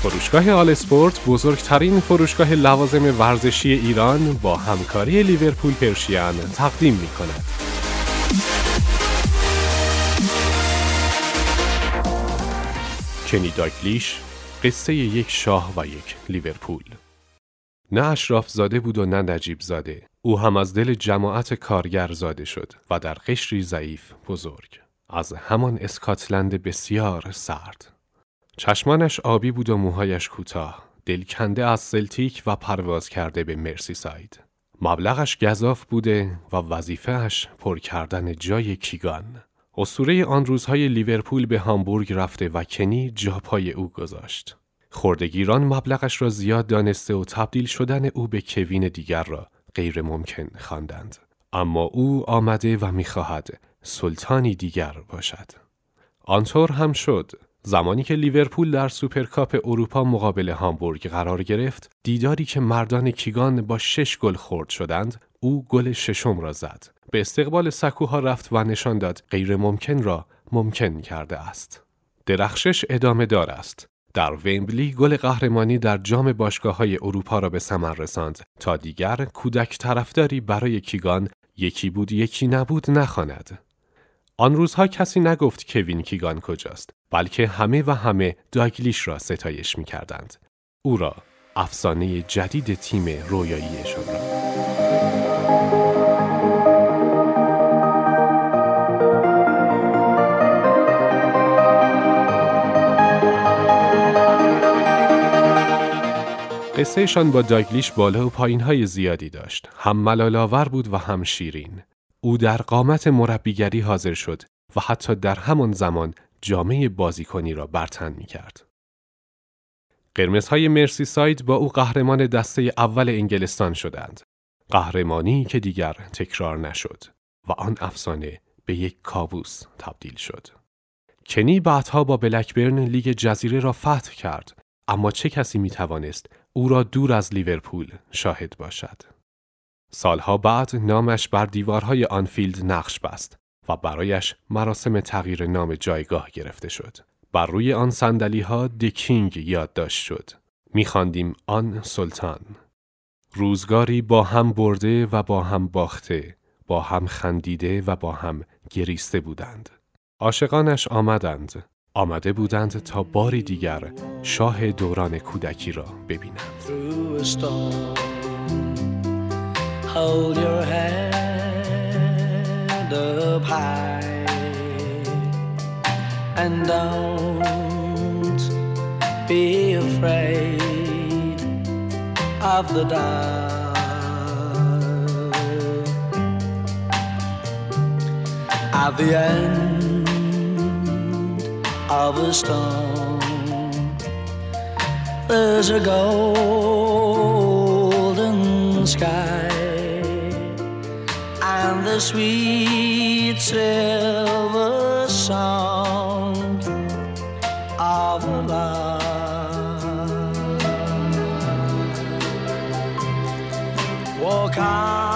فروشگاه آل اسپورت بزرگترین فروشگاه لوازم ورزشی ایران با همکاری لیورپول پرشین تقدیم می‌کند. کنی داگلیش، قصه یک شاه و یک لیورپول. نه اشراف زاده بود و نه نجیب زاده. او هم از دل جماعت کارگر زاده شد و در قشری ضعیف بزرگ. از همان اسکاتلند بسیار سرد. چشمانش آبی بود و موهایش کوتاه، دلکنده از سلتیک و پرواز کرده به مرسیساید. مبلغش گزاف بوده و وظیفه‌اش پر کردن جای کیگان. اسطوره آن روزهای لیورپول به هامبورگ رفته و کنی جا پای او گذاشت. خردگیران مبلغش را زیاد دانسته و تبدیل شدن او به کوین دیگر را غیر ممکن خواندند. اما او آمده و می‌خواهد سلطانی دیگر باشد. آنطور هم شد. زمانی که لیورپول در سوپرکاپ اروپا مقابل هامبورگ قرار گرفت، دیداری که مردان کیگان با 6 گل خرد شدند، او گل ششم را زد. به استقبال سکوها رفت و نشان داد غیر ممکن را ممکن کرده است. درخشش ادامه دار است. در ومبلی گل قهرمانی در جام باشگاه‌های اروپا را به ثمر رساند تا دیگر کودک طرفداری برای کیگان یکی بود یکی نبود نخواند. آن روزها کسی نگفت کوین کیگان کجاست، بلکه همه داگلیش را ستایش می‌کردند. او را افسانه جدید تیم رویاییشان را. قصهشان با داگلیش بالا و پایین‌های زیادی داشت. هم ملال‌آور بود و هم شیرین. او در قامت مربیگری حاضر شد و حتی در همان زمان جامه بازیکنی را بر تن می‌کرد. قرمزهای مرسیساید با او قهرمان دسته اول انگلستان شدند. قهرمانی که دیگر تکرار نشد و آن افسانه به یک کابوس تبدیل شد. کنی بعدها با بلکبرن لیگ جزیره را فتح کرد، اما چه کسی می‌توانست او را دور از لیورپول شاهد باشد؟ سالها بعد نامش بر دیوارهای آنفیلد نقش بست و برایش مراسم تغییر نام جایگاه گرفته شد. بر روی آن صندلی‌ها د کینگ یادداشت شد. می‌خواندیم آن سلطان. روزگاری با هم برده و با هم باخته، با هم خندیده و با هم گریسته بودند. عاشقانش آمده بودند تا باری دیگر شاه دوران کودکی را ببینند. Hold your hand up high and don't be afraid of the dark. At the end of a storm, there's a golden sky and the sweet silver song of the lark. Walk on.